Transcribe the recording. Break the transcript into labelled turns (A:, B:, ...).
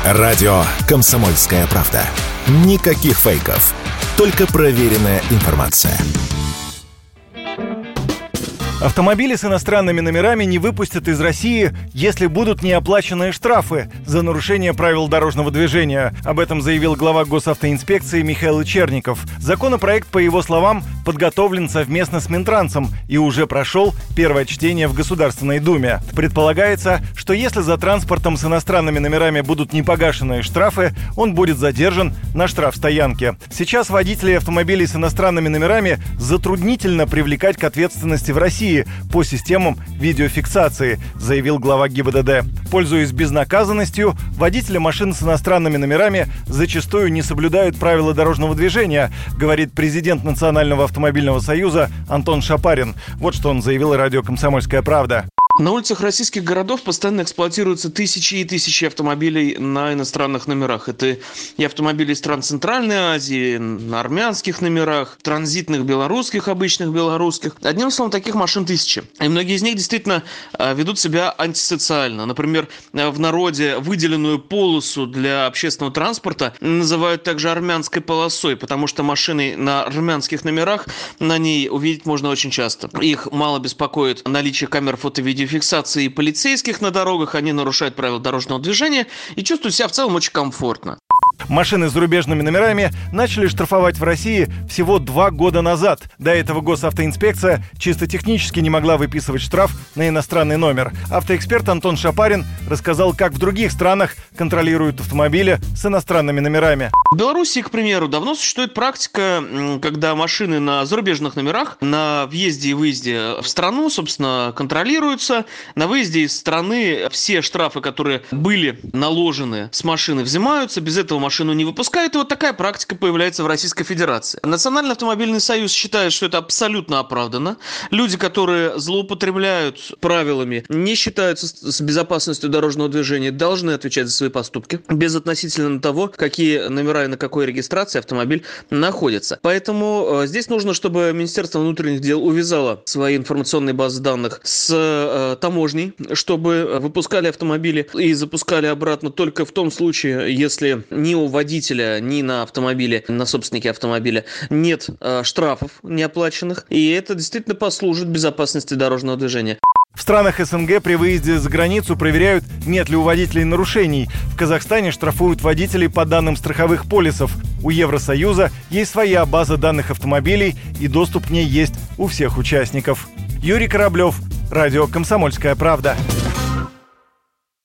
A: Радио «Комсомольская правда». Никаких фейков. Только проверенная информация.
B: Автомобили с иностранными номерами не выпустят из России, если будут неоплаченные штрафы за нарушение правил дорожного движения. Об этом заявил глава госавтоинспекции Михаил Черников. Законопроект, по его словам, подготовлен совместно с Минтрансом и уже прошел первое чтение в Государственной Думе. Предполагается, что если за транспортом с иностранными номерами будут непогашенные штрафы, он будет задержан на штрафстоянке. Сейчас водителей автомобилей с иностранными номерами затруднительно привлекать к ответственности в России по системам видеофиксации, заявил глава ГИБДД. Пользуясь безнаказанностью, водители машин с иностранными номерами зачастую не соблюдают правила дорожного движения, говорит президент Национального автомобильного союза Антон Шапарин. Вот что он заявил радио «Комсомольская правда».
C: На улицах российских городов постоянно эксплуатируются тысячи и тысячи автомобилей на иностранных номерах. Это и автомобили стран Центральной Азии, на армянских номерах, транзитных белорусских, обычных белорусских. Одним словом, таких машин тысячи. И многие из них действительно ведут себя антисоциально. Например, в народе выделенную полосу для общественного транспорта называют также армянской полосой, потому что машины на армянских номерах на ней увидеть можно очень часто. Их мало беспокоит наличие камер фото-видеофиксации полицейских на дорогах, они нарушают правила дорожного движения и чувствуют себя в целом очень комфортно.
B: Машины с зарубежными номерами начали штрафовать в России всего 2 года назад. До этого госавтоинспекция чисто технически не могла выписывать штраф на иностранный номер. Автоэксперт Антон Шапарин рассказал, как в других странах контролируют автомобили с иностранными номерами.
C: В Беларуси, к примеру, давно существует практика, когда машины на зарубежных номерах на въезде и выезде в страну, собственно, контролируются. На выезде из страны все штрафы, которые были наложены с машины, взимаются. Без этого машину не выпускают. И вот такая практика появляется в Российской Федерации. Национальный автомобильный союз считает, что это абсолютно оправдано. Люди, которые злоупотребляют правилами, не считаются с безопасностью дорожного движения, должны отвечать за свои поступки, безотносительно того, какие номера и на какой регистрации автомобиль находится. Поэтому здесь нужно, чтобы Министерство внутренних дел увязало свои информационные базы данных с таможней, чтобы выпускали автомобили и запускали обратно только в том случае, если ни у водителя, ни на автомобиле, на собственнике автомобиля нет штрафов неоплаченных. И это действительно послужит безопасности дорожного движения.
B: В странах СНГ при выезде за границу проверяют, нет ли у водителей нарушений. В Казахстане штрафуют водителей по данным страховых полисов. У Евросоюза есть своя база данных автомобилей, и доступ к ней есть у всех участников. Юрий Кораблев, радио «Комсомольская правда».